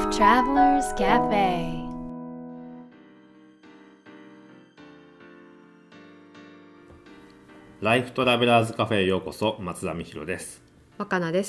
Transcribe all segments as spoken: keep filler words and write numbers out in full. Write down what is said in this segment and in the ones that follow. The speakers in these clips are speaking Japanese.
Travelers Cafe。 ライフトラベラーズカフェへようこそ。松田美弘です。 若菜です。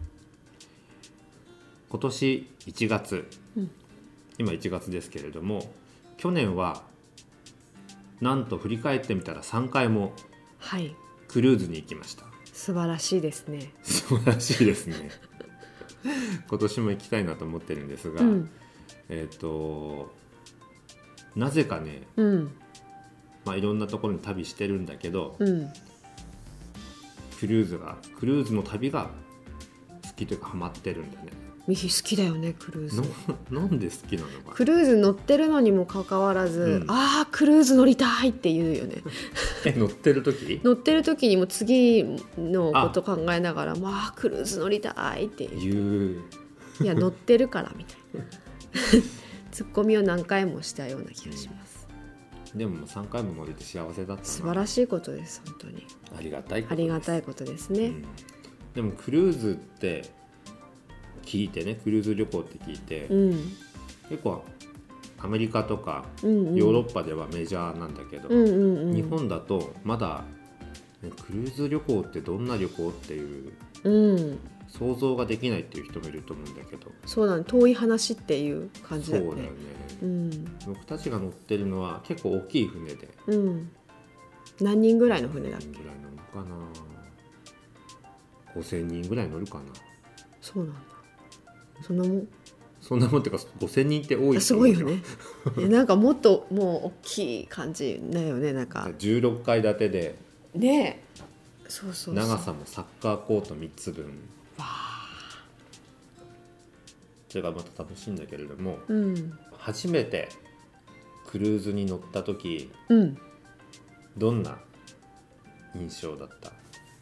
今年いちがつ、うん、今いちがつですけれども、去年はなんと振り返ってみたらさんかいもクルーズに行きました、はい、 素晴らしいですね。 素晴らしいですね今年も行きたいなと思ってるんですが、うん、えっとなぜかね、うんまあ、いろんなところに旅してるんだけど、うん、クルーズがクルーズの旅が好きというかハマってるんだね。 ミヒ好きだよねクルーズ。 な, なんで好きなのか。 クルーズ乗ってるのにもかかわらず、うん、あークルーズ乗りたいって言うよねえ乗ってる時乗ってる時にも次のこと考えながらまあクルーズ乗りたいって言う。いや乗ってるからみたいなツッコミを何回もしたような気がします、 うん、でもさんかいも乗れて幸せだったな。 素晴らしいことです本当に。 ありがたいことです。 ありがたいことですね、うん、 でもクルーズって聞いてね、クルーズ旅行って聞いて、うん、結構アメリカとかヨーロッパではメジャーなんだけど、うんうんうん、日本だとまだ、ね、クルーズ旅行ってどんな旅行っていう、うん、想像ができないっていう人もいると思うんだけど。 そうだね、遠い話っていう感じだよね。 そうだよね、うん、僕たちが乗ってるのは結構大きい船で、うん、 何人ぐらいの船だっけ。 何人ぐらい乗るかな。ごせんにんぐらい乗るかな。 そうなんだ。そんなもんそんなもんってかごせんにんって多い。 すごいよねなんかもっともう大きい感じだよね。なんかじゅうろっかい建てでねえ、そうそうそう、 長さもサッカーコートみっつぶん。わあ、それがまた楽しいんだけれども、うん、初めてクルーズに乗った時、うん、どんな印象だった？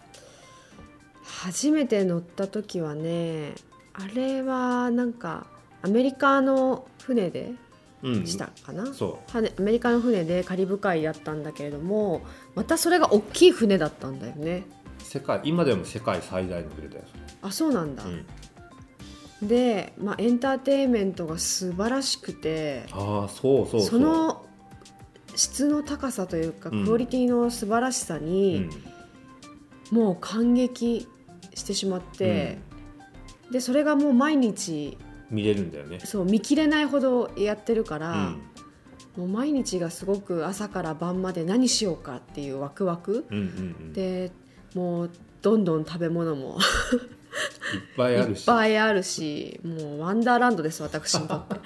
初めて乗った時はね、あれはなんかアメリカの船でしたかな、うん、そうアメリカの船でカリブ海だったんだけれども、またそれが大きい船だったんだよね。 世界今でも世界最大の船だよ。 あ、そうなんだ、うん、で、まあ、エンターテインメントが素晴らしくて、 あ、そうそうそう、 その質の高さというか、うん、クオリティの素晴らしさに、うん、もう感激してしまって、うん、でそれがもう毎日見れるんだよね。 そう見切れないほどやってるから、うん、もう毎日がすごく朝から晩まで何しようかっていうワクワク、うんうんうん、でもうどんどん食べ物もいっぱいあるしいっぱいあるし、もうワンダーランドです私にとって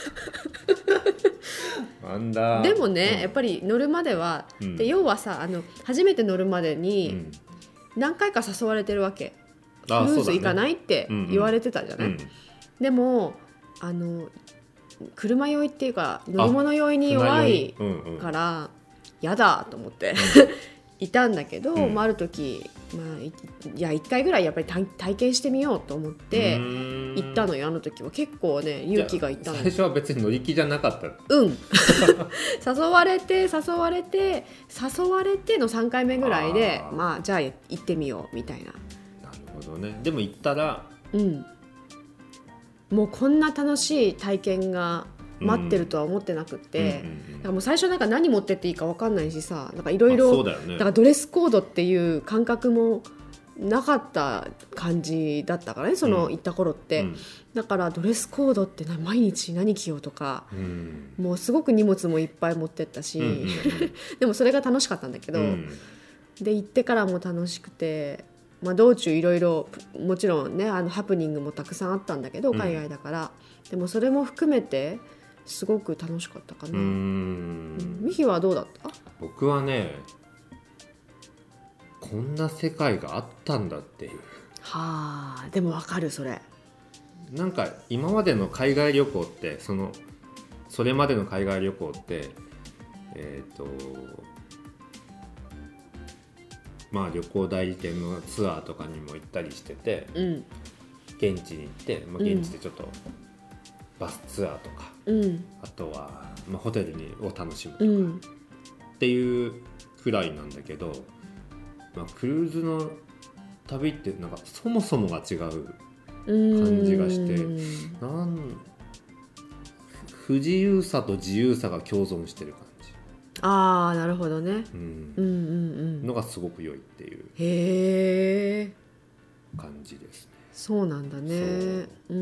ワンダーでもね、うん、やっぱり乗るまでは、うん、で要はさ、あの初めて乗るまでに何回か誘われてるわけ、クルーズ行かない、ね、って言われてたじゃない、うんうん、でもあの車酔いっていうか乗り物酔いに弱いからやだと思っていたんだけど、うん、まあ、ある時、まあ、いやいっかいぐらいやっぱり体, 体験してみようと思って行ったのよ。あの時は結構ね勇気がいったの。 最初は別に乗り気じゃなかった。 うん誘われて誘われて誘われてのさんかいめぐらいで、あ、まあじゃあ行ってみようみたいな。 なるほどね。でも行ったら、 うん、もうこんな楽しい体験が待ってるとは思ってなくって、うんうんうん、だからもう最初なんか何持ってっていいか分かんないしさ、なんかいろいろだからドレスコードっていう感覚もなかった感じだったからね、その行った頃って、うん、だからドレスコードって毎日何着ようとか、うん、もうすごく荷物もいっぱい持ってったし、うんうんうん、でもそれが楽しかったんだけど、うん、で行ってからも楽しくて、まあ、道中いろいろもちろんね、あのハプニングもたくさんあったんだけど海外だから、うん、でもそれも含めてすごく楽しかったかな。うーん、うん、ミヒはどうだった？ 僕はね、こんな世界があったんだっていう。 はあ、でもわかるそれ。 なんか今までの海外旅行ってそのそれまでの海外旅行ってえっとまあ旅行代理店のツアーとかにも行ったりしてて、うん、現地に行って、まあ、現地でちょっとバスツアーとか、うん、あとは、まあ、ホテルにを楽しむとか、うん、っていうくらいなんだけど、まあ、クルーズの旅ってなんかそもそもが違う感じがして、なん不自由さと自由さが共存してる感じ。 ああなるほどね、 うん、 うんうんうんのがすごく良いっていうへえ感じですね。 そうなんだね。うん、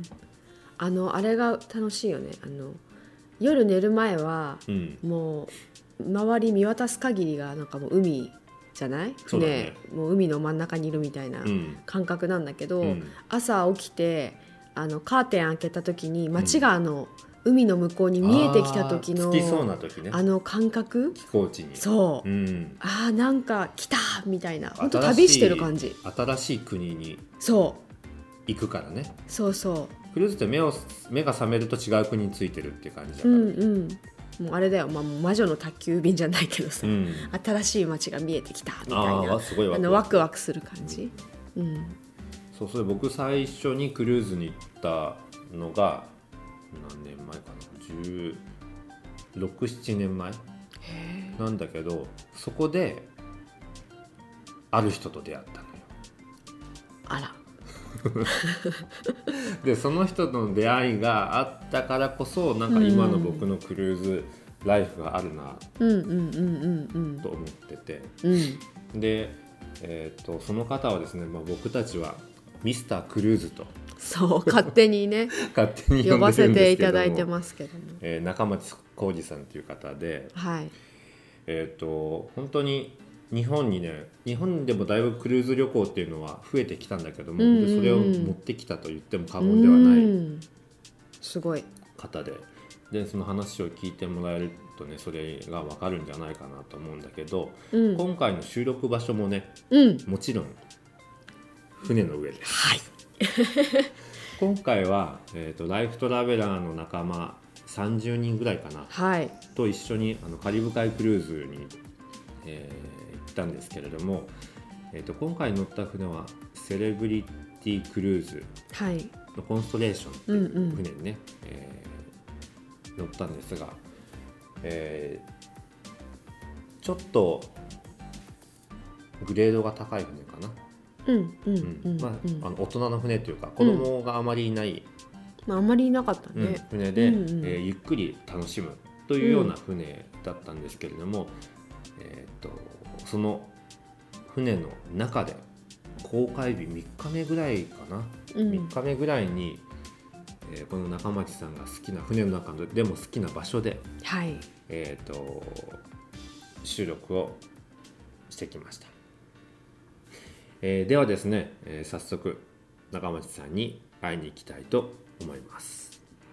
あのあれが楽しいよね。あの夜寝る前は、うん、もう周り見渡す限りがなんかもう海じゃない船、ね、もう海の真ん中にいるみたいな感覚なんだけど、うん、朝起きてあのカーテン開けた時に街があの、うん、海の向こうに見えてきた時のあ, 着きそうな時、ね、 あの感覚寄港地にそう、うん、あーなんか来たみたいな本当旅してる感じ。 新しい国に行くからね。 そうそうクルーズって目を目が覚めると違う国についてるっていう感じだから、うんうん、 もうあれだよ、まあ、魔女の宅急便じゃないけどさ、うん、新しい街が見えてきたみたいな、 あすごいワクワク、あのワクワクする感じ、うんうん、 そうそれ僕最初にクルーズに行ったのが何年前かなじゅうろく、ななねんまえなんだけど、そこである人と出会ったのよ。 あらでその人との出会いがあったからこそなんか今の僕のクルーズライフがあるなと思ってて、うん、で、えー、とその方はですね、まあ、僕たちはミスタークルーズとそう勝手にね勝手に呼んでるんですけども、 呼ばせていただいてますけども、 えー、中町浩二さんという方で、 はいえー、と本当に日本にね、日本でもだいぶクルーズ旅行っていうのは増えてきたんだけども、うんうん、それを持ってきたと言っても過言ではないすごい方で、でその話を聞いてもらえるとね、それが分かるんじゃないかなと思うんだけど、うん、今回の収録場所もね、うん、もちろん船の上です、 はい、 今回は、えーと、ライフトラベラーの仲間さんじゅうにんぐらいかな、 はい、 と一緒にあのカリブ海クルーズに、えーたんですけれども、えー、と今回乗った船はセレブリティクルーズのコンストレーションっていう船にね、うんうんえー、乗ったんですが、えー、ちょっとグレードが高い船かな、 うんうんうんまあ、あの大人の船というか子供があまりいない、うんまあ、あまりいなかったね、 うん、船で、うんうんえー、ゆっくり楽しむというような船だったんですけれども、うんえー、とその船の中で公開日みっかめぐらいかな、うん、みっかめぐらいに、えー、この中町さんが好きな船の中でも好きな場所で、 はいえー、と収録をしてきました、えー、ではですね、えー、早速中町さんに会いに行きたいと思います。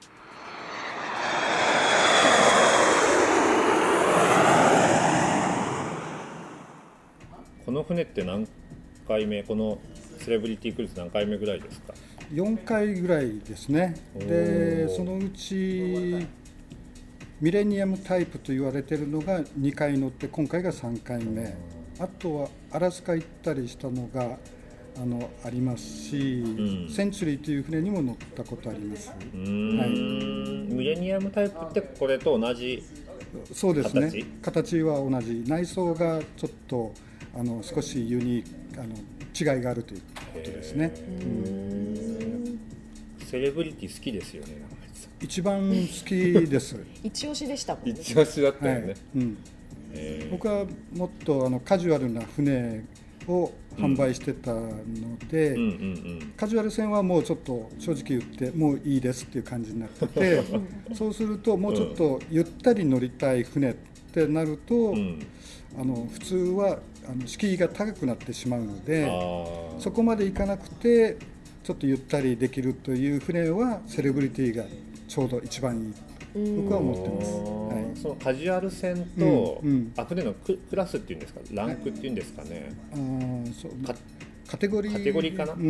この船って何回目、このセレブリティクルーズ何回目ぐらいですか？ よんかいぐらいですね。でそのうちミレニアムタイプと言われているのがにかい乗って、今回がさんかいめ、あとはアラスカ行ったりしたのがあのありますし、うん、センチュリーという船にも乗ったことあります。 うーん、はい、ミレニアムタイプってこれと同じ形？ そうですね、形は同じ、内装がちょっとあの少しユニーク、あの違いがあるということですね。うんセレブリティ好きですよね。 一番好きです一押しでしたもんね。 一押しだったよね、はいうん、 僕はもっとあのカジュアルな船を販売してたので、うんうんうんうん、カジュアル船はもうちょっと正直言ってもういいですっていう感じになっててそうするともうちょっとゆったり乗りたい船ってなると、うん、あの普通はあの敷居が高くなってしまうので、そこまでいかなくてちょっとゆったりできるという船はセレブリティがちょうど一番いいと僕は思ってます、 はい、そのカジュアル船と、うんうん、あ船の ク, クラスっていうんですか、ランクっていうんですかね、 あそうかカテゴリーカテゴリーかな、うん、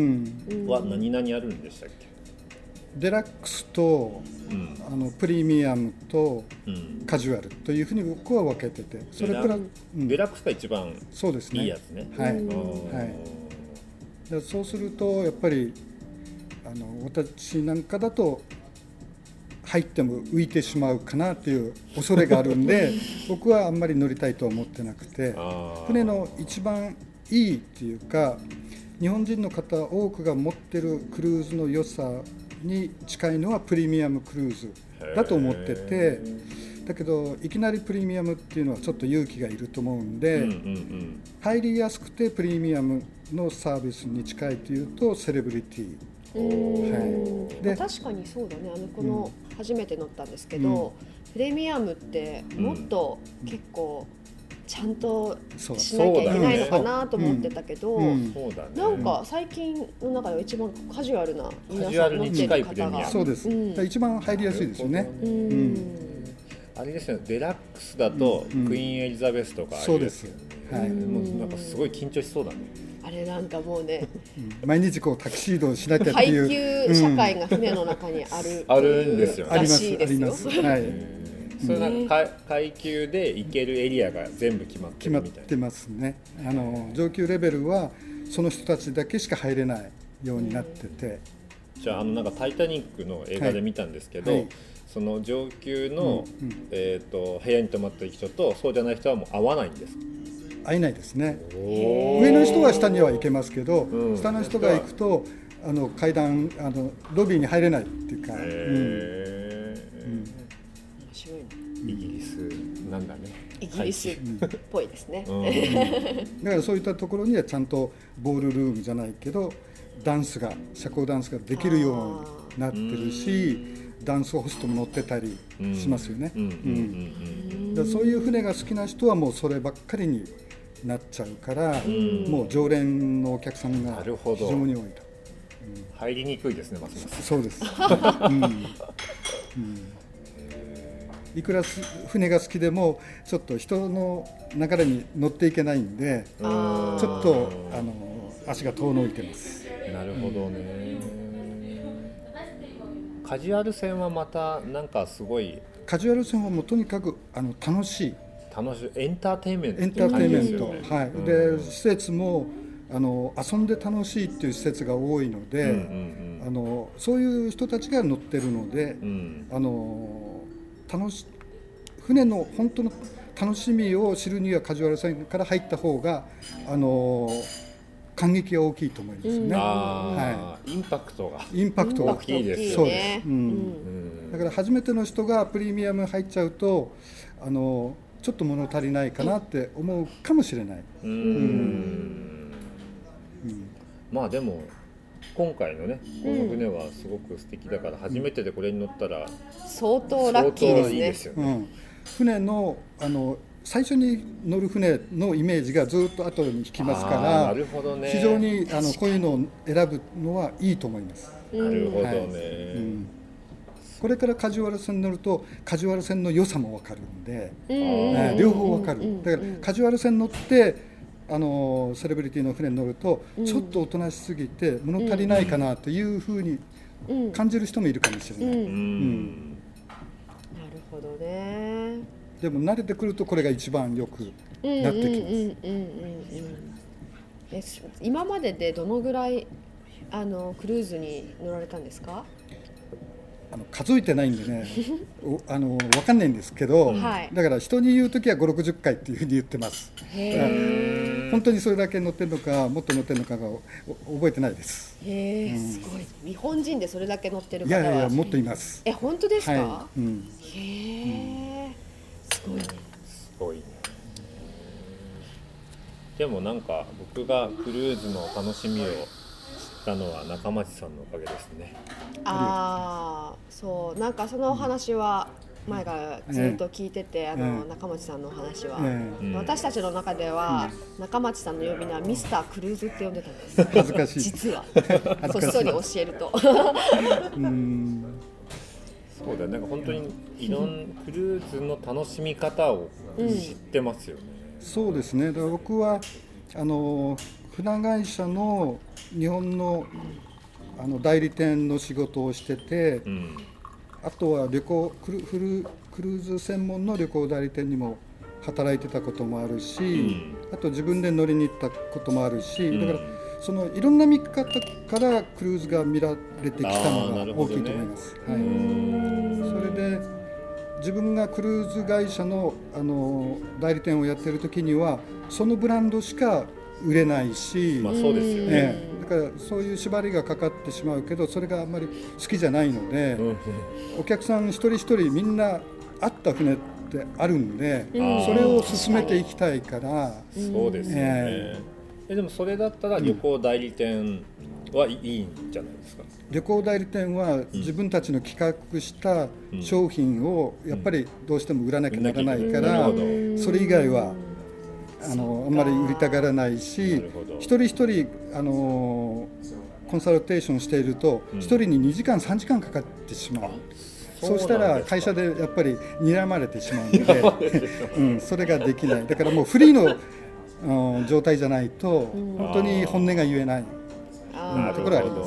は何々あるんでしたっけ？ デラックスと、うん、あのプレミアムとカジュアルというふうに僕は分けてて、それプラ、うん、 デラックスが一番いいやつね。 はい、はい、でそうするとやっぱりあの私なんかだと入っても浮いてしまうかなという恐れがあるんで僕はあんまり乗りたいとは思ってなくて、船の一番いいっていうか日本人の方多くが持ってるクルーズの良さに近いのはプレミアムクルーズだと思ってて、だけどいきなりプレミアムっていうのはちょっと勇気がいると思うんで、うんうんうん、入りやすくてプレミアムのサービスに近いというとセレブリティ、 はい、で確かにそうだね。あのこの初めて乗ったんですけど、うん、プレミアムってもっと結構ちゃんとしなきゃいけないのかなと思ってたけど、なんか最近の中では一番カジュアルな皆さん乗ってる方がそうです、うん、一番入りやすいですよね。うんうん、 あれですよね、デラックスだとクイーンエリザベスとかあれですよね、うん、はい、もうなんかすごい緊張しそうだね。 あれなんかもうね、 毎日こうタキシードをしなきゃっていう階級社会が船の中にある、うん、 あるんですよね。 らしいですよ。 あります、あります、はい。 それなんか階級で行けるエリアが全部決まってるみたいな。 決まってますね。あの上級レベルはその人たちだけしか入れないようになってて、 うん、じゃあ、あのなんかタイタニックの映画で見たんですけど、はいはい、その上級の、うんうん、えーと、部屋に泊まった人とそうじゃない人はもう会わないんですか？ 会えないですね。上の人は下には行けますけど、うん、下の人が行くとあの階段あのロビーに入れないっていうか、 イギリスなんだね。 イギリスっぽいですね、うん、 だからそういったところにはちゃんとボールルームじゃないけどダンスが社交ダンスができるようになってるし、ダンスホストも乗ってたりしますよね。そういう船が好きな人はもうそればっかりになっちゃうから、うん、もう常連のお客さんが非常に多いと、うん、 入りにくいですね、ますます。 そうです、うんうん、いくら船が好きでもちょっと人の流れに乗っていけないんで、ちょっとあの足が遠のいてます。 なるほどね、うん、カジュアル船はまたなんかすごい、 カジュアル船はもうとにかくあの楽しい楽しいエンターテインメント、 エンターテインメント、はい、うん、で施設もあの遊んで楽しいっていう施設が多いので、うんうんうん、あのそういう人たちが乗ってるので、うん、あの楽し船の本当の楽しみを知るにはカジュアル船から入った方があの感激が大きいと思いますね、うん、 あ、はい、インパクトがインパクトが大きいですよね。 そうです、うんうん、だから初めての人がプレミアム入っちゃうとあのちょっと物足りないかなって思うかもしれない。うん、うん、 まあでも今回のねこの船はすごく素敵だから、初めてでこれに乗ったら相当ラッキーですね。いいですよね、うん、 船のあの最初に乗る船のイメージがずっと後に引きますから、 なるほどね、 非常にあのこういうのを選ぶのはいいと思います。 なるほどね、はい、うん、 これからカジュアル船に乗るとカジュアル船の良さも分かるんで、ね、両方分かる。だからカジュアル船乗ってあのセレブリティの船に乗ると、うん、ちょっとおとなしすぎて物足りないかなというふうに感じる人もいるかもしれない、うんうん、 なるほどね。 でも慣れてくるとこれが一番よくなってきます。 今まででどのぐらいあのクルーズに乗られたんですか？ あの数えてないんでねあの分かんないんですけど、はい、だから人に言うときはごじゅうろくじゅっかいっていうふうに言ってます。へ、本当にそれだけ乗ってるのかもっと乗ってるのかが覚えてないです。 へえ、うん、すごい。日本人でそれだけ乗ってる方は。 いやいやもっといます。 え、本当ですか？ はい、うん、 へえ、うん、すごいね。 すごいね。でもなんか僕がクルーズの楽しみを知ったのは中町さんのおかげですね。 ああ、そうなんかそのお話は前からずっと聞いてて、うん、あの中町さんのお話は、うん、私たちの中では、うん、中町さんの呼び名はミスタークルーズって呼んでたんです。 恥ずかしい。 実はこっそり教えるとうん、 そうだ、なんか本当にいろんなクルーズの楽しみ方を知ってますよね、 うん、そうですね。だから僕はあの船会社の日本のあの代理店の仕事をしてて、うん、あとは旅行ク ル, フルクルーズ専門の旅行代理店にも働いてたこともあるし、うん、あと自分で乗りに行ったこともあるし、うん、だからそのいろんな見方からクルーズが見られてきたのが大きいと思います、ね、はい、それで自分がクルーズ会社 の, あの代理店をやってる時にはそのブランドしか売れないし、 まあそうですよね、 ね、だからそういう縛りがかかってしまうけどそれがあんまり好きじゃないので、うん、お客さん一人一人みんな合った船ってあるんで、うん、それを進めていきたいから、 うん、そうですよね、えー、えでもそれだったら旅行代理店はいいんじゃないですか。 旅行代理店は自分たちの企画した商品をやっぱりどうしても売らなきゃならないから、それ以外はあのあんまり売りたがらないし、一人一人あのコンサルテーションしていると一人ににじかんさんじかんかかってしまう、うん、そうしたら会社でやっぱり睨まれてしまうので、うん、それができない。だからもうフリーの状態じゃないと本当に本音が言えないところがあります。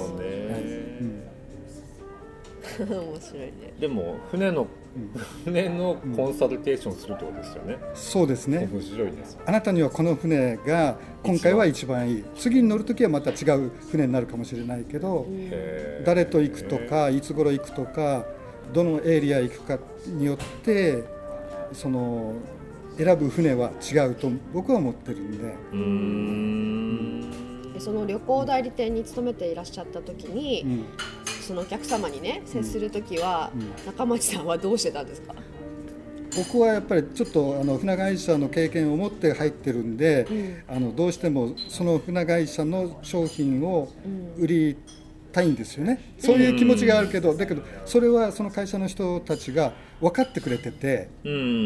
面白いね。 でも船の、船のコンサルテーションするってことですよね。 そうですね。 面白いです。 あなたにはこの船が今回は一番いい。次に乗るときはまた違う船になるかもしれないけど、誰と行くとかいつ頃行くとかどのエリア行くかによってその選ぶ船は違うと僕は思ってるんで。 うーん。でその旅行代理店に勤めていらっしゃった時に、うん、そのお客様にね接する時は、うんうん、中町さんはどうしてたんですか。 僕はやっぱりちょっとあの船会社の経験を持って入ってるんで、うん、あのどうしてもその船会社の商品を売りたいんですよね、うん、そういう気持ちがあるけど、だけどそれはその会社の人たちが分かってくれてて、うん、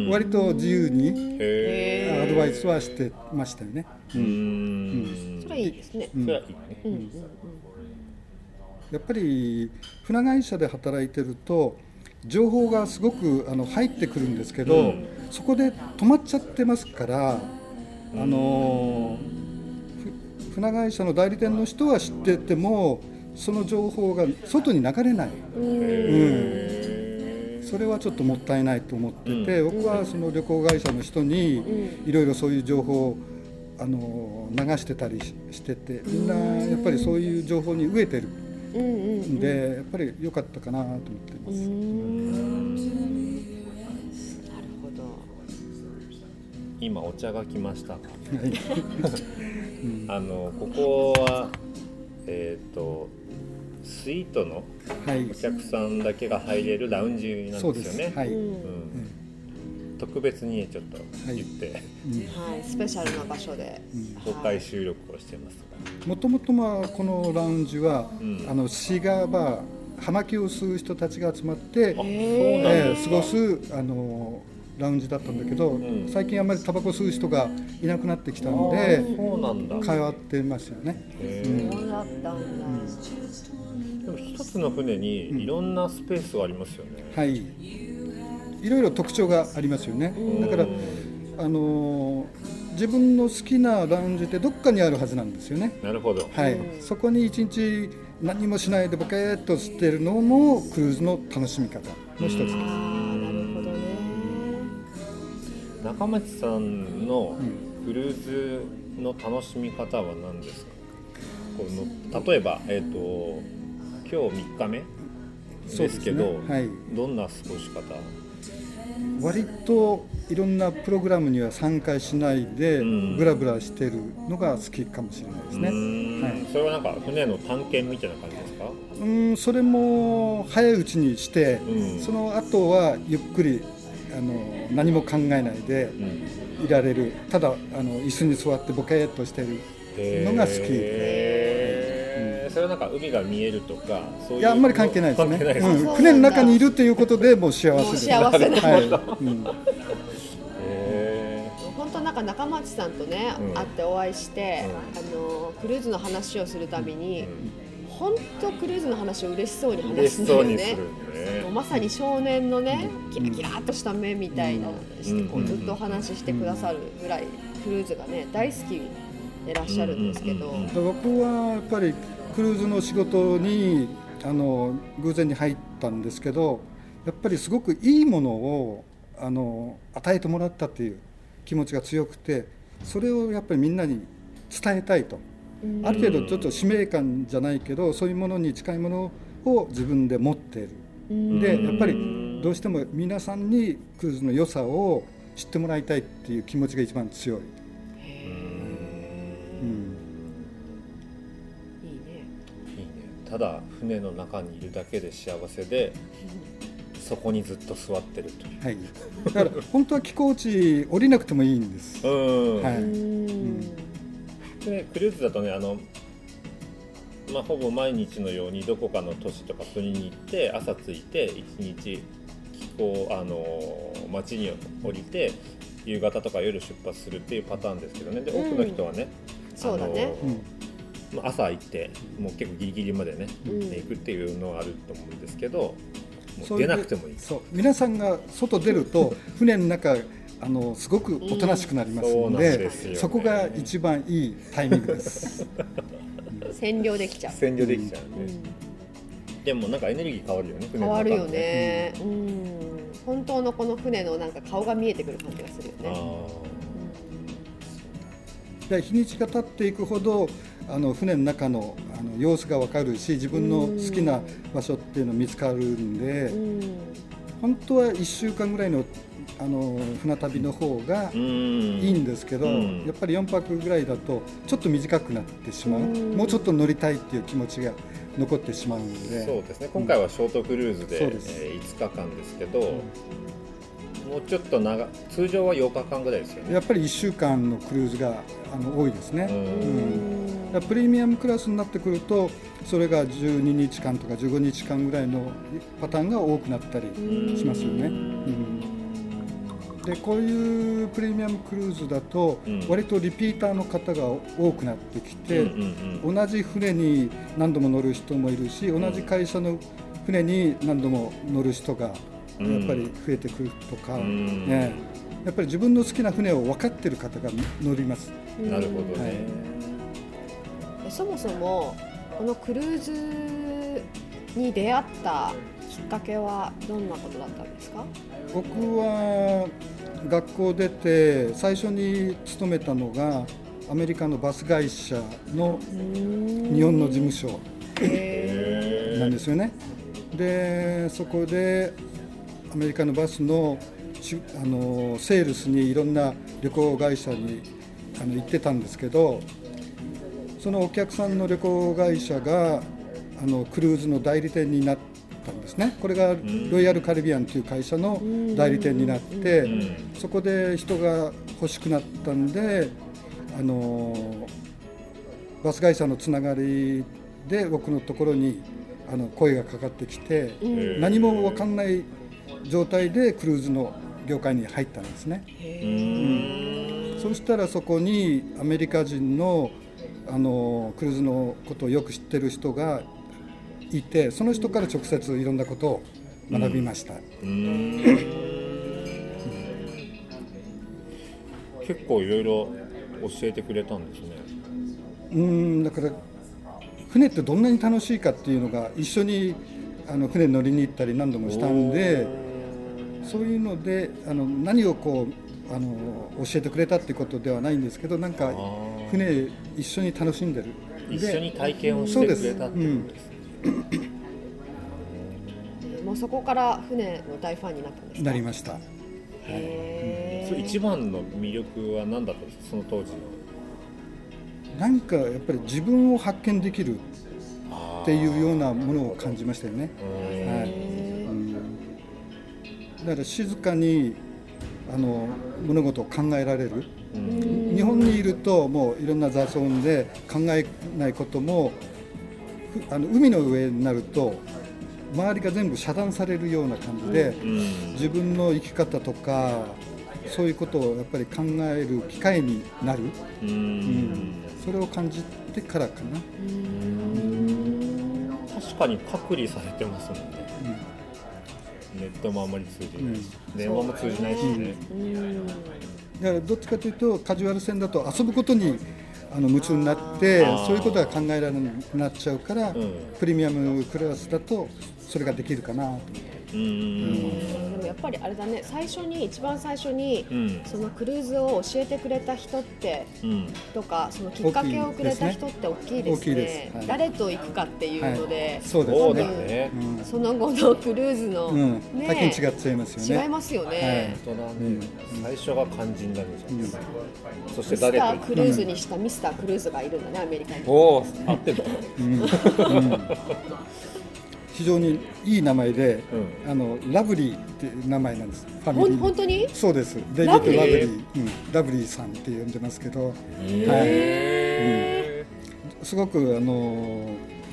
割と自由にアドバイスはしてましたよね、うんうんうん、それはいいですね、うん、それはいいね、うんうんうん、 やっぱり船会社で働いてると情報がすごくあの入ってくるんですけど、うん、そこで止まっちゃってますから、うん、あの船会社の代理店の人は知っててもその情報が外に流れない、うん、それはちょっともったいないと思ってて、うん、僕はその旅行会社の人にいろいろそういう情報をあの流してたりしてて、みんなやっぱりそういう情報に飢えてるんで、やっぱり良かったかなと思ってます。うん、なるほど。 今お茶が来ました。あのここはえっとスイートのお客さんだけが入れるラウンジなんですよね。はい、うん、特別にちょっと言って、はいはい、スペシャルな場所で公開収録をしてますが、 もともとはこのラウンジは、うん、あのシガーバー、葉巻を吸う人たちが集まって、えー、過ごすあのラウンジだったんだけど、うん、最近あんまりタバコ吸う人がいなくなってきたので変わってますよね。 そうだったんだ。 でも一つの船にいろんなスペースがありますよね、 うん、はい、いろいろ特徴がありますよね。だからあの自分の好きなラウンジってどっかにあるはずなんですよね。 なるほど、 はい、そこに一日何もしないでボケーっとしてるのもクルーズの楽しみ方の一つです。 中町さんのクルーズの楽しみ方は何ですか。この例えば、えーと、今日みっかめですけど、ね、はい、どんな過ごし方。 割といろんなプログラムには参加しないでブラブラしてるのが好きかもしれないですね。 はい、それはなんか船の探検みたいな感じですか。 うん、それも早いうちにして、うん、その後はゆっくりあの何も考えないでいられる、ただあの椅子に座ってボケーっとしてるのが好き。 へー、うん、それはなんか海が見えるとかそういう。 いや、あんまり関係ないですね。うん、船の中にいるということでもう幸せです。 幸せだ、 はい、 うん、へー、本当なんか中町さんとね、うん、会ってお会いして、うん、あのクルーズの話をするたびに、うん、本当クルーズの話を嬉しそうに話すんだよね。まさに少年のね、キラキラっとした目みたいなしてこうずっとお話ししてくださるぐらいクルーズがね大好きでいらっしゃるんですけど、 僕はやっぱりクルーズの仕事にあの偶然に入ったんですけど、やっぱりすごくいいものをあの与えてもらったっていう気持ちが強くて、それをやっぱりみんなに伝えたいと、ある程度ちょっと使命感じゃないけどそういうものに近いものを自分で持っている。でやっぱりどうしても皆さんにクルーズの良さを知ってもらいたいっていう気持ちが一番強い。へー、うんただ船の中にいるだけで幸せでそこにずっと座ってるという、 はい、だから本当は寄港地降りなくてもいいんです。うん、はい、うん、 でクルーズだとねあの、まあ、ほぼ毎日のようにどこかの都市とか国に行って朝着いていちにち寄港あの街に降りて夕方とか夜出発するっていうパターンですけどね。で多くの人はね、 うん、そうだね、 うん、朝行ってもう結構ギリギリまでね、うん、行くっていうのはあると思うんですけど、もう出なくてもいい。 そう、皆さんが外出ると船の中あのすごくおとなしくなりますので、うん、 そ, で、ね、そこが一番いいタイミングです占領できちゃう占領できちゃうんで、うん、でもなんかエネルギー変わるよね。 変わるよね、うんうん、本当のこの船のなんか顔が見えてくる感じがするよね。あ、 で日にちが経っていくほどあの船の中 の, あの様子が分かるし自分の好きな場所っていうの見つかるんで、うん本当はいっしゅうかんぐらい の, あの船旅の方がいいんですけど、やっぱりよんぱくぐらいだとちょっと短くなってしまう、もうちょっと乗りたいっていう気持ちが残ってしまうので。 そうですね、今回はショートクルーズ で,、うんでえー、いつかかんですけど、うんもうちょっと長通常はようかかんぐらいですよね。 やっぱりいっしゅうかんのクルーズがあの多いですね。うん、プレミアムクラスになってくるとそれがじゅうににちかんとかじゅうごにちかんぐらいのパターンが多くなったりしますよね。うん、でこういうプレミアムクルーズだと割とリピーターの方が多くなってきて、うんうんうん、同じ船に何度も乗る人もいるし同じ会社の船に何度も乗る人がやっぱり増えてくるとか、うんね、やっぱり自分の好きな船を分かっている方が乗ります。 なるほどね、 はい、そもそもこのクルーズに出会ったきっかけはどんなことだったんですか？ 僕は学校出て最初に勤めたのがアメリカのバス会社の日本の事務所なんですよね。でそこでアメリカのバス の, あのセールスにいろんな旅行会社にあの行ってたんですけど、そのお客さんの旅行会社があのクルーズの代理店になったんですね。これがロイヤルカリビアンという会社の代理店になって、そこで人が欲しくなったんであのバス会社のつながりで僕のところにあの声がかかってきて、何も分かんない状態でクルーズの業界に入ったんですね。うん、そうしたらそこにアメリカ人 の, あのクルーズのことをよく知ってる人がいて、その人から直接いろんなことを学びました。うんうん結構いろいろ教えてくれたんですね。 うんだから船ってどんなに楽しいかっていうのが一緒にあの船に乗りに行ったり何度もしたんで、そういうのであの何をこうあの教えてくれたっていうことではないんですけど、なんか船一緒に楽しんでる、 一緒に体験をしてくれたってことです、 うん、もうそこから船の大ファンになったんですか？ なりました。 へー、 それ一番の魅力は何だったんですか、その当時の？ なんかやっぱり自分を発見できるっていうようなものを感じましたよね。はい、うん、だから静かにあの物事を考えられる、うん、日本にいるともういろんな雑音で考えないこともあの海の上になると周りが全部遮断されるような感じで、うん、自分の生き方とかそういうことをやっぱり考える機会になる、うんうん、それを感じてからかな。うん、 確かに隔離されてますもんね、うん、ネットもあんまり通じないし、うん、電話も通じないしね、うん、 だからどっちかというとカジュアル船だと遊ぶことにあの夢中になってそういうことが考えられなくなっちゃうから、うん、プレミアムクラスだとそれができるかなと思って。 うん、でもやっぱりあれだね、最初に一番最初に、うん、そのクルーズを教えてくれた人って、うん、とかそのきっかけをくれた人って大きいですね。ですね、はい、誰と行くかっていうので、はい、 そうですね、 うん、その後のクルーズの、うんね、大変違っちゃいますよね。 違いますよね、はい、 本当だね、うん、最初が肝心なんですよ、ね、うん、そして誰とミスタークルーズにしたミスタークルーズがいるんだね、アメリカに。 おー、合ってるうんうん非常にいい名前で、うん、あのラブリーっていう名前なんです。ファミリー。 本当に？ そうです。デイビッド・ラブリー、うん、ラブリーさんって呼んでますけど、 へはいうん、すごくあの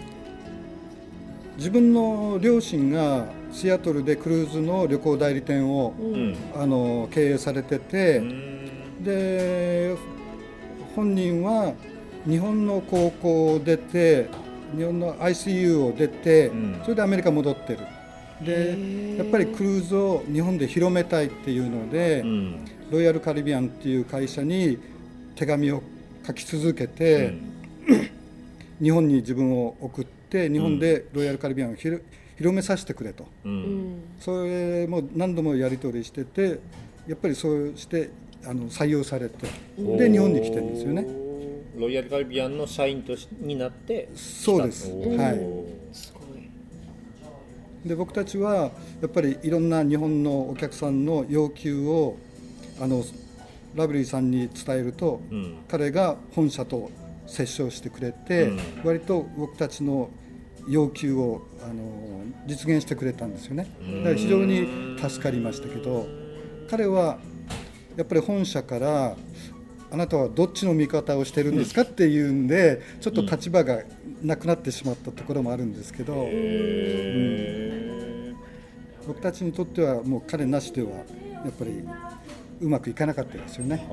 自分の両親がシアトルでクルーズの旅行代理店を、うん、あの経営されてて、で本人は日本の高校を出て。日本の アイシーユー を出て、うん、それでアメリカ戻ってる。でやっぱりクルーズを日本で広めたいっていうので、うん、ロイヤルカリビアンっていう会社に手紙を書き続けて、うん、日本に自分を送って日本でロイヤルカリビアンを広めさせてくれと、うん、それも何度もやり取りしててやっぱりそうしてあの採用されてで日本に来てるんですよね。 ロイヤルカリビアンの社員としになってそうです、はい、すごい。で僕たちはやっぱりいろんな日本のお客さんの要求をあのラブリーさんに伝えると、うん、彼が本社と折衝してくれて、うん、割と僕たちの要求をあの実現してくれたんですよね。だから非常に助かりましたけど、彼はやっぱり本社からあなたはどっちの味方をしてるんですかっていうんでちょっと立場がなくなってしまったところもあるんですけど、うん、僕たちにとってはもう彼なしではやっぱりうまくいかなかったですよね。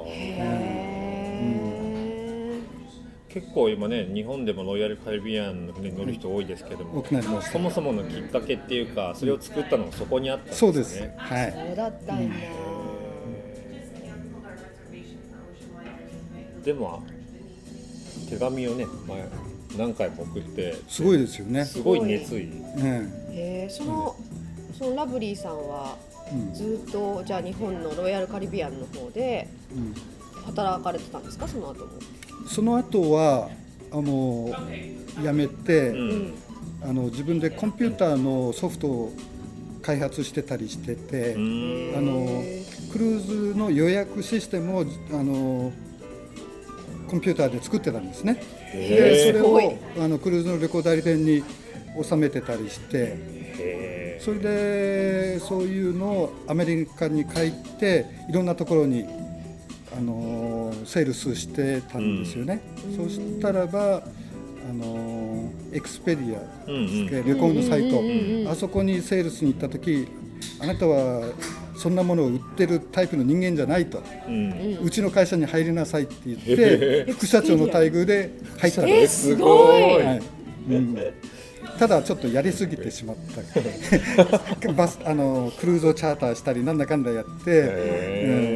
うん、結構今ね日本でもロイヤルカリビアンの船に乗る人多いですけども、うん、そもそものきっかけっていうかそれを作ったのがそこにあったんですね。 そうです、はい、 そうだったんだ、 うん、でも手紙をね前何回も送ってすごいですよね。 すごい熱意、 ね、へそのそのラブリーさんはずっと、うん、じゃあ日本のロイヤルカリビアンの方で働かれてたんですか、その後も。 その後はあの辞めて、うん、あの自分でコンピューターのソフトを開発してたりしてて、あのクルーズの予約システムをあのコンピューターで作ってたんですね。でそれをあのクルーズの旅行代理店に収めてたりして、それでそういうのをアメリカに帰っていろんなところにあのセールスしてたんですよね。うん、そしたらばあのエクスペディア、うんうん、旅行のサイト、うんうん、あそこにセールスに行った時、あなたはそんなものを売ってるタイプの人間じゃないと、うん、うちの会社に入りなさいって言って副社長の待遇で入ったんです。 すごい、はい、 うん、ただちょっとやりすぎてしまったバスあのクルーズをチャーターしたりなんだかんだやって、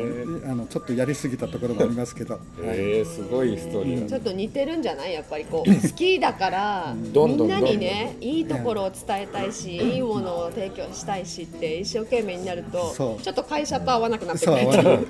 うん、あのちょっとやりすぎたところもありますけど、 へー、すごいストーリー、 うん、ちょっと似てるんじゃない、やっぱりこう好きだからみんなにねいいところを伝えたいし、いいものを提供したいしって一生懸命になるとちょっと会社と合わなくなってくるっていう、はい、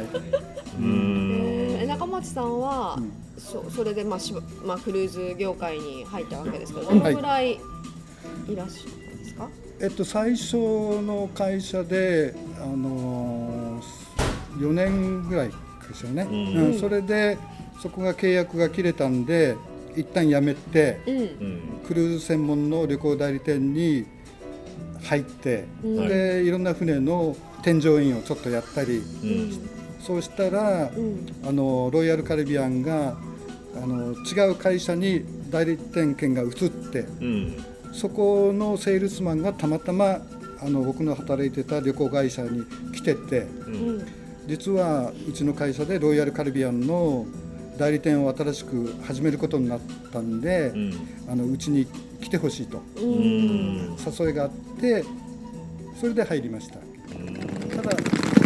うーん、中町さんは、うん、そ, それで、まあしまあ、クルーズ業界に入ったわけですけど、どのぐらいいらっしゃるんですか？はい、 えっと、最初の会社で、あのー、よねんぐらいですよね、うんうん、それでそこが契約が切れたんで一旦辞めて、うん、クルーズ専門の旅行代理店に入って、うん、でいろんな船の添乗員をちょっとやったり、うん、そうしたら、うん、あのロイヤルカリビアンがあの違う会社に代理店権が移って、うん、そこのセールスマンがたまたまあの僕の働いてた旅行会社に来てて、うん、実はうちの会社でロイヤルカリビアンの代理店を新しく始めることになったんで、うん、あのうちに来てほしいと、うん、誘いがあってそれで入りました。ただ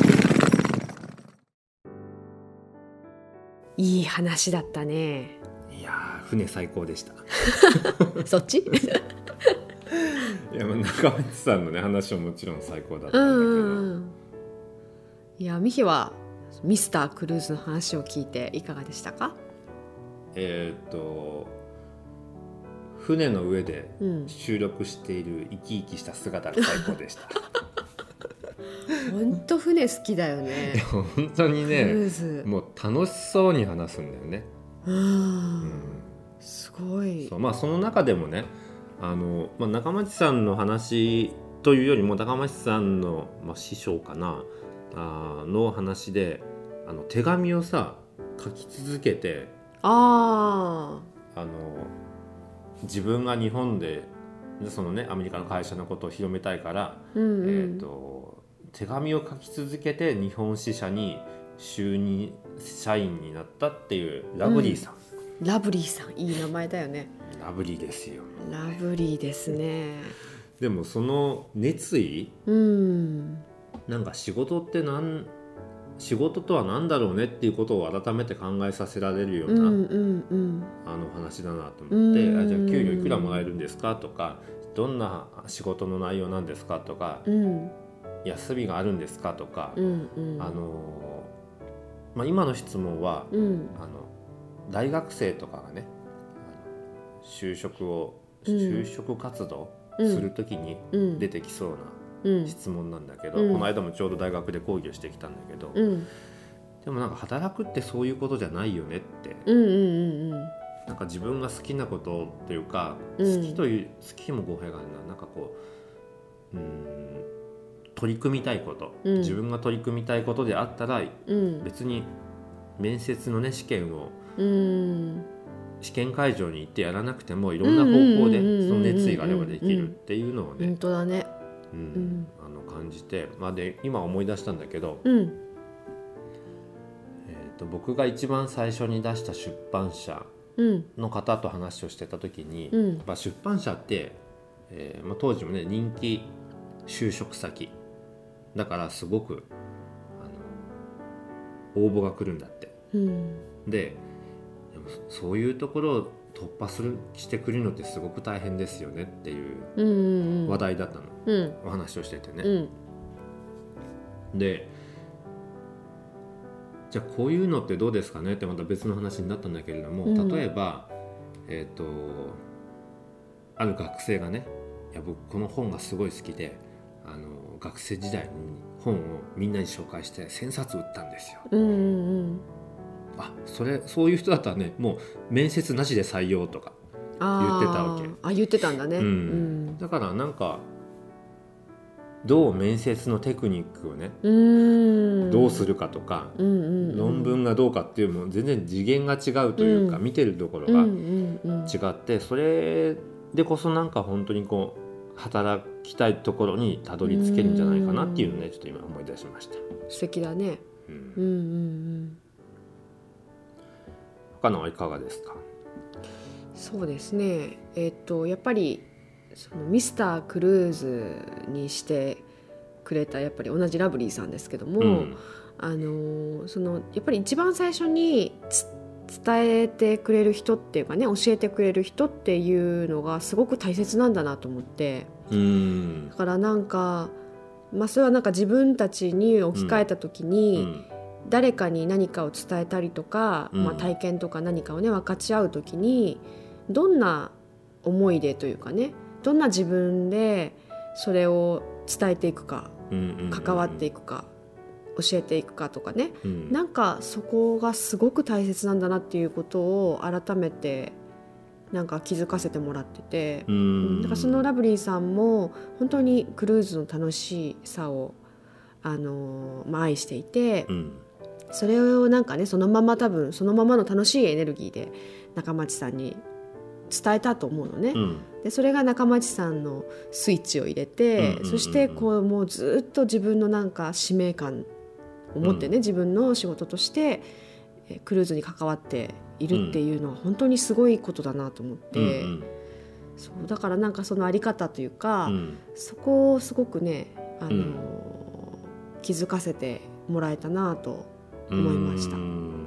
いい話だったね。 いや船最高でしたそっちいいや中町さんのね話ももちろん最高だったんだけど、うんうん、 いやミヒはミスタークルーズの話を聞いていかがでしたか？ えー、っと船の上で収録している生き生きした姿が最高でした、 うん、ほんと船好きだよね。 本当にねもう楽しそうに話すんだよね。うん、うん、 すごい。 そう、まあ、その中でもねあの、まあ、中町さんの話というよりも中町さんの、まあ、師匠かなあの話であの手紙をさ書き続けてああの自分が日本でその、ね、アメリカの会社のことを広めたいから、うんうん、えーと、手紙を書き続けて日本支社に就任社員になったっていうラブリーさん、 うん、ラブリーさんいい名前だよね。 ラブリーですよ。 ラブリーですね。 でもその熱意、うん、なんか仕事ってなん仕事とは何だろうねっていうことを改めて考えさせられるような、うんうんうん、あの話だなと思って、うんうん、あじゃあ給料いくらもらえるんですかとかどんな仕事の内容なんですかとか、うん、休みがあるんですかとか、うんうん、あのまあ、今の質問は、うん、あの大学生とかがね就職を就職活動するときに出てきそうな、うん、質問なんだけど、うん、この間もちょうど大学で講義をしてきたんだけど、うん、でもなんか働くってそういうことじゃないよねって、うんうんうんうん、なんか自分が好きなことっていうか、うん、好きという好きも語弊があるな、なんかこう、うーん取り組みたいこと、うん、自分が取り組みたいことであったら、うん、別に面接のね試験を、うん、試験会場に行ってやらなくてもいろんな方法でその熱意があればできるっていうのをね、 本当だね。 うんうん、あの感じて、まあ、で今思い出したんだけど、うん、えーと、僕が一番最初に出した出版社の方と話をしてた時に、うんまあ、出版社って、えーまあ、当時もね人気就職先だからすごくあの応募が来るんだって、うん、で, でもそういうところを突破するしてくるのってすごく大変ですよねっていう話題だったの、うん、お話をしててね、うん、でじゃあこういうのってどうですかねってまた別の話になったんだけれども、うん、例えば、えーと、ある学生がねいや僕この本がすごい好きであの学生時代に本をみんなに紹介してせんさつ売ったんですよ、うんうんうん、あそれそういう人だったらねもう面接なしで採用とか言ってたわけ。 ああ言ってたんだね、うんうん、 だからなんかどう面接のテクニックをねうんどうするかとか、うんうんうん、論文がどうかっていうのも全然次元が違うというか、うん、見てるところが違って、それでこそなんか本当にこう働きたいところにたどり着けるんじゃないかなっていうのをねちょっと今思い出しました。 素敵だね、うん、うんうんうん他のはいかがですか？ そうですね、えー、っとやっぱりそのミスタークルーズにしてくれたやっぱり同じラブリーさんですけども、うん、あのそのやっぱり一番最初に伝えてくれる人っていうかね教えてくれる人っていうのがすごく大切なんだなと思って、うん、だからなんか、まあ、それはなんか自分たちに置き換えた時に、うんうん誰かに何かを伝えたりとか、うんまあ、体験とか何かをね分かち合うときにどんな思いでというかねどんな自分でそれを伝えていくか、うんうんうん、関わっていくか教えていくかとかね、うん、なんかそこがすごく大切なんだなっていうことを改めてなんか気づかせてもらってて、うん、だからそのラブリーさんも本当にクルーズの楽しさをあの、まあ、愛していて、うんそれをなんかねそのまま多分そのままの楽しいエネルギーで中町さんに伝えたと思うのね、うん、でそれが中町さんのスイッチを入れて、うんうんうんうん、そしてこうもうずっと自分のなんか使命感を持ってね、うん、自分の仕事としてクルーズに関わっているっていうのは本当にすごいことだなと思って、うんうん、そうだからなんかそのあり方というか、うん、そこをすごくねあの、うん、気づかせてもらえたなと思いました。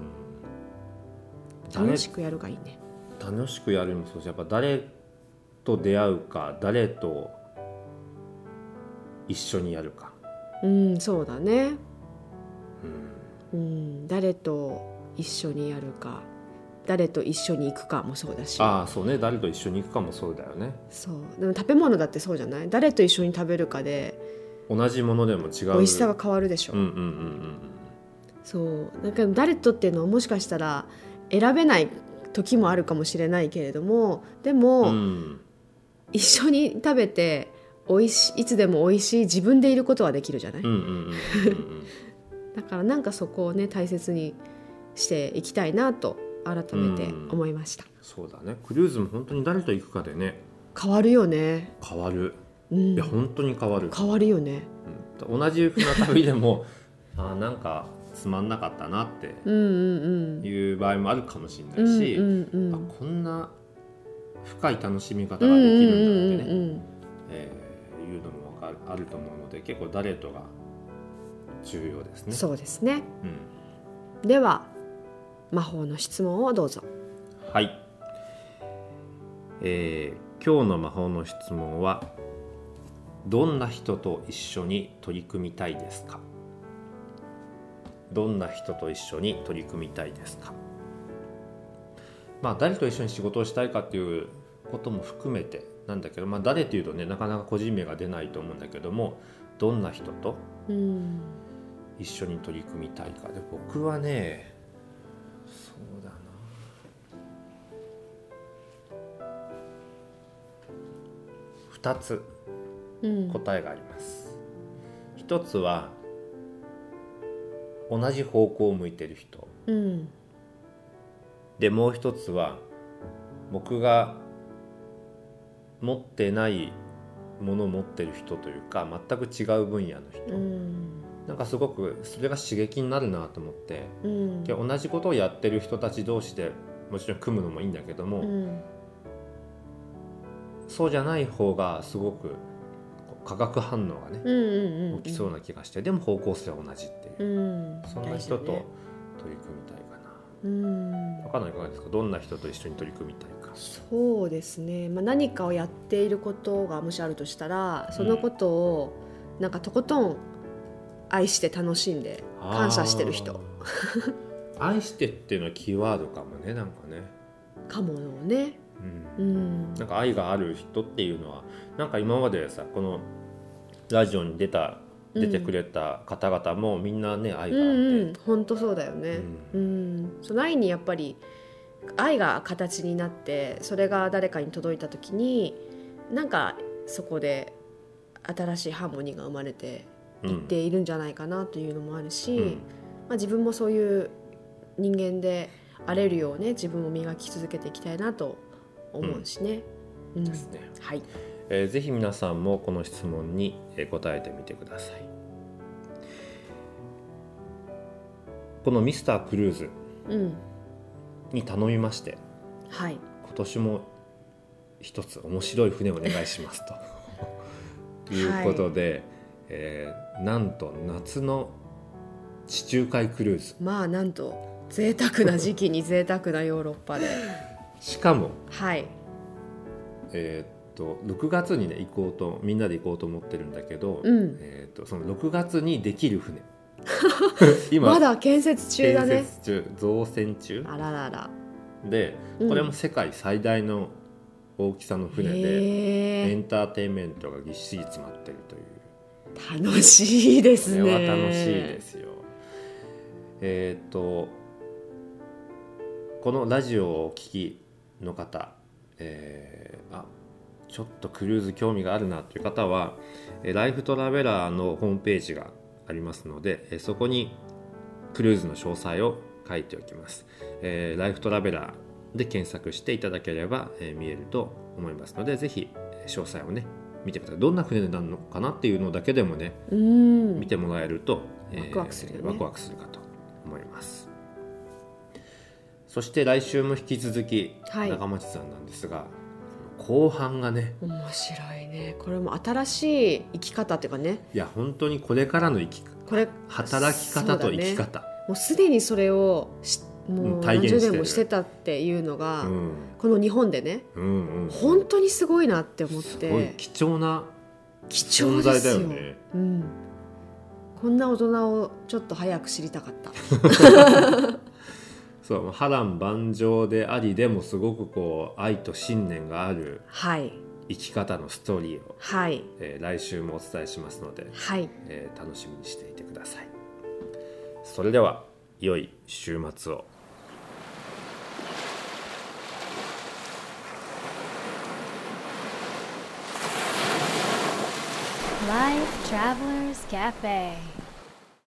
楽しくやるがいいね。 楽しくやるのそうやっぱ誰と出会うか誰と一緒にやるか。 うんそうだね、 うんうん、誰と一緒にやるか誰と一緒に行くかもそうだし。 ああそうね、誰と一緒に行くかもそうだよね。 そうでも食べ物だってそうじゃない。誰と一緒に食べるかで同じものでも違う美味しさが変わるでしょ。 うんうんうんうんそうだから誰とっていうのはもしかしたら選べない時もあるかもしれないけれども、でも、うん、一緒に食べておいしい、いつでも美味しい自分でいることはできるじゃない。だからなんかそこをね大切にしていきたいなと改めて思いました。 うん、そうだね。クルーズも本当に誰と行くかでね変わるよね。 変わる、 うん、 いや本当に変わる変わるよね、 うん、同じ船旅でもあなんかつまんなかったなっていう場合もあるかもしれないし、うんうんうん、あこんな深い楽しみ方ができるんだってね、うんうんうんうんえー、いうのもわかるあると思うので結構誰とが重要ですね。 そうですね、うん、では魔法の質問をどうぞ。 はい、えー、今日の魔法の質問はどんな人と一緒に取り組みたいですか。どんな人と一緒に取り組みたいですか。まあ誰と一緒に仕事をしたいかっていうことも含めてなんだけど、まあ、誰っていうとねなかなか個人名が出ないと思うんだけども、どんな人と一緒に取り組みたいかで、僕はねそうだなふたつ答えがあります、うん、ひとつは同じ方向を向いてる人、うん、でもう一つは僕が持ってないものを持ってる人というか全く違う分野の人、うん、なんかすごくそれが刺激になるなと思って、うん、で同じことをやってる人たち同士でもちろん組むのもいいんだけども、うん、そうじゃない方がすごく化学反応がね、うんうんうん、起きそうな気がして、でも方向性は同じっていう、うん、そんな人と取り組みたいかな。うん、分かんないいかがですか。どんな人と一緒に取り組みたいか。 そうですね、まあ、何かをやっていることがもしあるとしたらそのことをなんかとことん愛して楽しんで感謝してる人愛してっていうのはキーワードかもね。なんかねかもね、うんうん、 なんか愛がある人っていうのはなんか今までさこのラジオに出た出てくれた方々もみんなね愛があって、うんうん、 本当そうだよね、うんうん、その愛にやっぱり愛が形になってそれが誰かに届いた時になんかそこで新しいハーモニーが生まれていっているんじゃないかなというのもあるし、うんまあ、自分もそういう人間であれるようね自分を磨き続けていきたいなと思うしね、うんうん、ですね、はいえー、ぜひ皆さんもこの質問に答えてみてください。このミスタークルーズに頼みまして、 うんはい、 今年も一つ面白い船をお願いしますということで、はいえー、なんと夏の地中海クルーズ、 まあなんと贅沢な時期に贅沢なヨーロッパでしかも、 はいえーろくがつにね行こうとみんなで行こうと思ってるんだけど、 うんえー、とそのろくがつにできる船今まだ建設中だね。 建設中造船中あらららでこれも世界最大の大きさの船で、エンターテインメントがぎっしり詰まってるという楽しいですね。 これは楽しいですよ。えっ、ー、とこのラジオをお聞きの方、えー、あちょっとクルーズ興味があるなという方はライフトラベラーのホームページがありますのでそこにクルーズの詳細を書いておきます、えー、ライフトラベラーで検索していただければ、えー、見えると思いますのでぜひ詳細をね見てください。どんな船になるのかなっていうのだけでもねうん見てもらえると、 えー、ワクワクするよね。 ワクワクするかと思います。そして来週も引き続き、はい、中町さんなんですが後半がね面白いね。これも新しい生き方っていうかねいや本当にこれからの生きこれ働き方と生き方、 ね、もうすでにそれをしもう何十年もしてたっていうのが、うん、この日本でね、うんうん、本当にすごいなって思ってすごい貴重な貴重ですよ。 存在だよね、 うん、こんな大人をちょっと早く知りたかったそう波乱万丈でありでもすごくこう愛と信念がある生き方のストーリーを、はいえー、来週もお伝えしますので、はいえー、楽しみにしていてください。それでは良い週末を。 Life Travelers Cafe